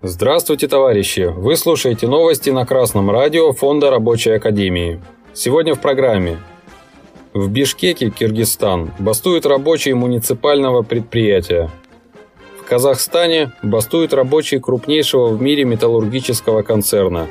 Здравствуйте, товарищи! Вы слушаете новости на Красном радио Фонда Рабочей Академии. Сегодня в программе. В Бишкеке, Киргизстан, бастуют рабочие муниципального предприятия. В Казахстане бастуют рабочие крупнейшего в мире металлургического концерна.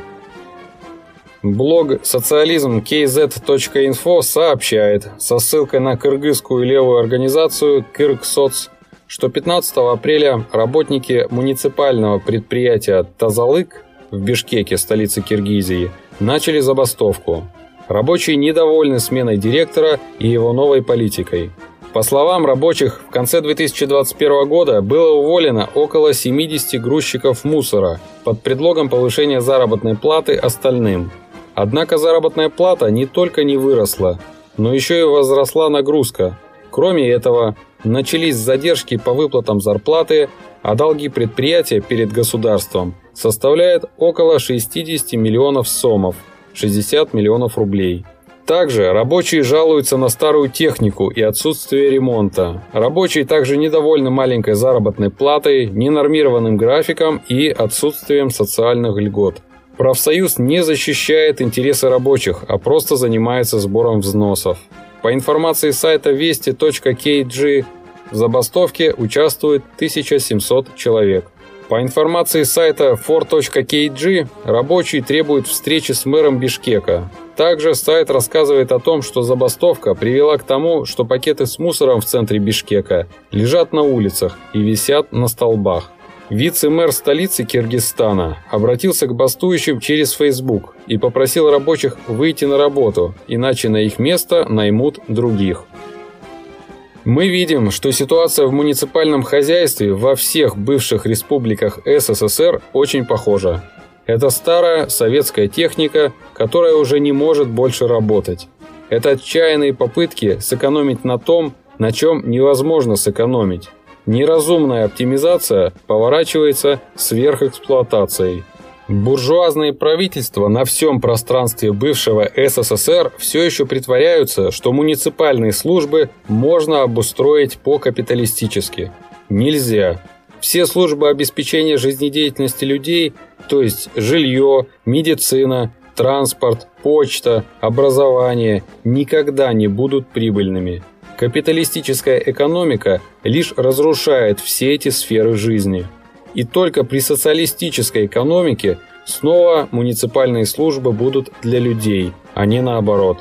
Блог socialism.kz.info сообщает, со ссылкой на кыргызскую левую организацию Кыргсоц, что 15 апреля работники муниципального предприятия «Тазалык» в Бишкеке, столице Киргизии, начали забастовку. Рабочие недовольны сменой директора и его новой политикой. По словам рабочих, в конце 2021 года было уволено около 70 грузчиков мусора под предлогом повышения заработной платы остальным. Однако заработная плата не только не выросла, но еще и возросла нагрузка. Кроме этого, начались задержки по выплатам зарплаты, а долги предприятия перед государством составляют около 60 миллионов сомов, 60 миллионов рублей. Также рабочие жалуются на старую технику и отсутствие ремонта. Рабочие также недовольны маленькой заработной платой, ненормированным графиком и отсутствием социальных льгот. Профсоюз не защищает интересы рабочих, а просто занимается сбором взносов. По информации сайта вести.kg, в забастовке участвует 1700 человек. По информации сайта for.kg, рабочие требуют встречи с мэром Бишкека. Также сайт рассказывает о том, что забастовка привела к тому, что пакеты с мусором в центре Бишкека лежат на улицах и висят на столбах. Вице-мэр столицы Киргизстана обратился к бастующим через Facebook и попросил рабочих выйти на работу, иначе на их место наймут других. Мы видим, что ситуация в муниципальном хозяйстве во всех бывших республиках СССР очень похожа. Это старая советская техника, которая уже не может больше работать. Это отчаянные попытки сэкономить на том, на чем невозможно сэкономить. Неразумная оптимизация поворачивается сверхэксплуатацией. Буржуазные правительства на всем пространстве бывшего СССР все еще притворяются, что муниципальные службы можно обустроить по-капиталистически. Нельзя. Все службы обеспечения жизнедеятельности людей, то есть жилье, медицина, транспорт, почта, образование, никогда не будут прибыльными. Капиталистическая экономика лишь разрушает все эти сферы жизни. И только при социалистической экономике снова муниципальные службы будут для людей, а не наоборот.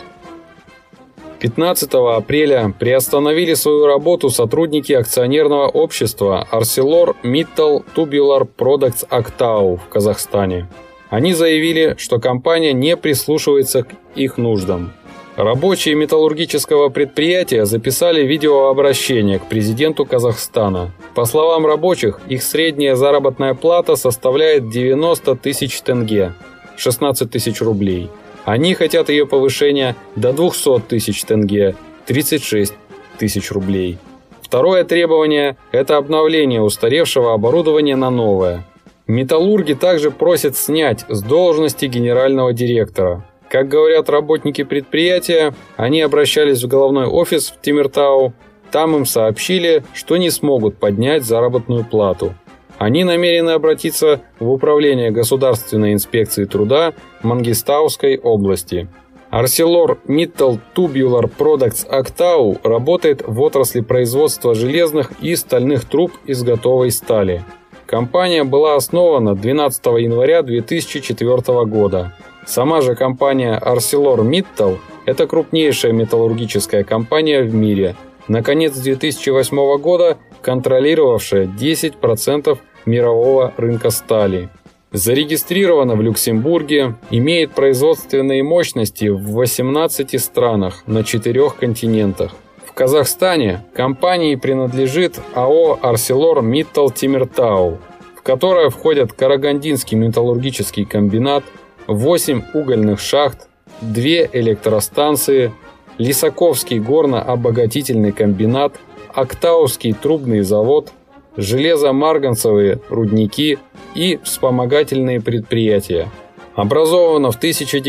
15 апреля приостановили свою работу сотрудники акционерного общества ArcelorMittal Tubular Products Aktau в Казахстане. Они заявили, что компания не прислушивается к их нуждам. Рабочие металлургического предприятия записали видеообращение к президенту Казахстана. По словам рабочих, их средняя заработная плата составляет 90 тысяч тенге, 16 тысяч рублей. Они хотят ее повышения до 200 тысяч тенге, 36 тысяч рублей. Второе требование – это обновление устаревшего оборудования на новое. Металлурги также просят снять с должности генерального директора. Как говорят работники предприятия, они обращались в головной офис в Темиртау. Там им сообщили, что не смогут поднять заработную плату. Они намерены обратиться в Управление Государственной инспекции труда Мангистауской области. ArcelorMittal Tubular Products Aktau работает в отрасли производства железных и стальных труб из готовой стали. Компания была основана 12 января 2004 года. Сама же компания ArcelorMittal – это крупнейшая металлургическая компания в мире, на конец 2008 года контролировавшая 10% мирового рынка стали. Зарегистрирована в Люксембурге, имеет производственные мощности в 18 странах на 4 континентах. В Казахстане компании принадлежит АО ArcelorMittal Темиртау, в которое входят Карагандинский металлургический комбинат, 8 угольных шахт, 2 электростанции, Лисаковский горно-обогатительный комбинат, Актауский трубный завод, железо-марганцевые рудники и вспомогательные предприятия. Образовано в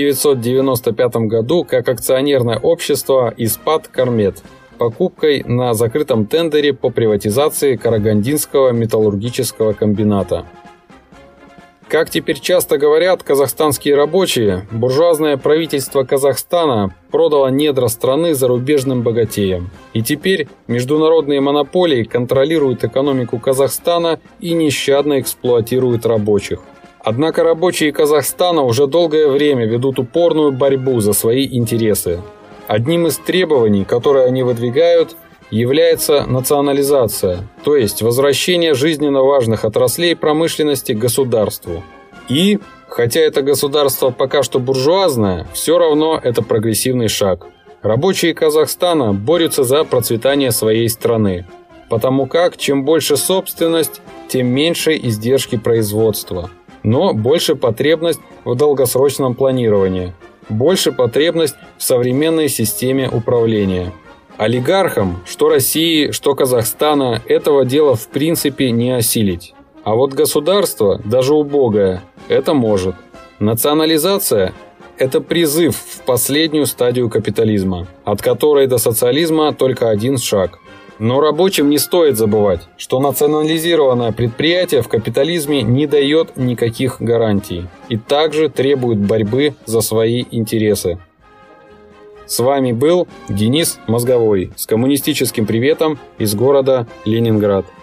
1995 году как акционерное общество «Испат Кармет» покупкой на закрытом тендере по приватизации Карагандинского металлургического комбината. Как теперь часто говорят казахстанские рабочие, буржуазное правительство Казахстана продало недра страны зарубежным богатеям. И теперь международные монополии контролируют экономику Казахстана и нещадно эксплуатируют рабочих. Однако рабочие Казахстана уже долгое время ведут упорную борьбу за свои интересы. Одним из требований, которые они выдвигают, является национализация, то есть возвращение жизненно важных отраслей промышленности к государству. И, хотя это государство пока что буржуазное, все равно это прогрессивный шаг. Рабочие Казахстана борются за процветание своей страны, потому как чем больше собственность, тем меньше издержки производства, но больше потребность в долгосрочном планировании, больше потребность в современной системе управления. Олигархам, что России, что Казахстана, этого дела в принципе не осилить. А вот государство, даже убогое, это может. Национализация – это призыв в последнюю стадию капитализма, от которой до социализма только один шаг. Но рабочим не стоит забывать, что национализированное предприятие в капитализме не дает никаких гарантий и также требует борьбы за свои интересы. С вами был Денис Мозговой с коммунистическим приветом из города Ленинград.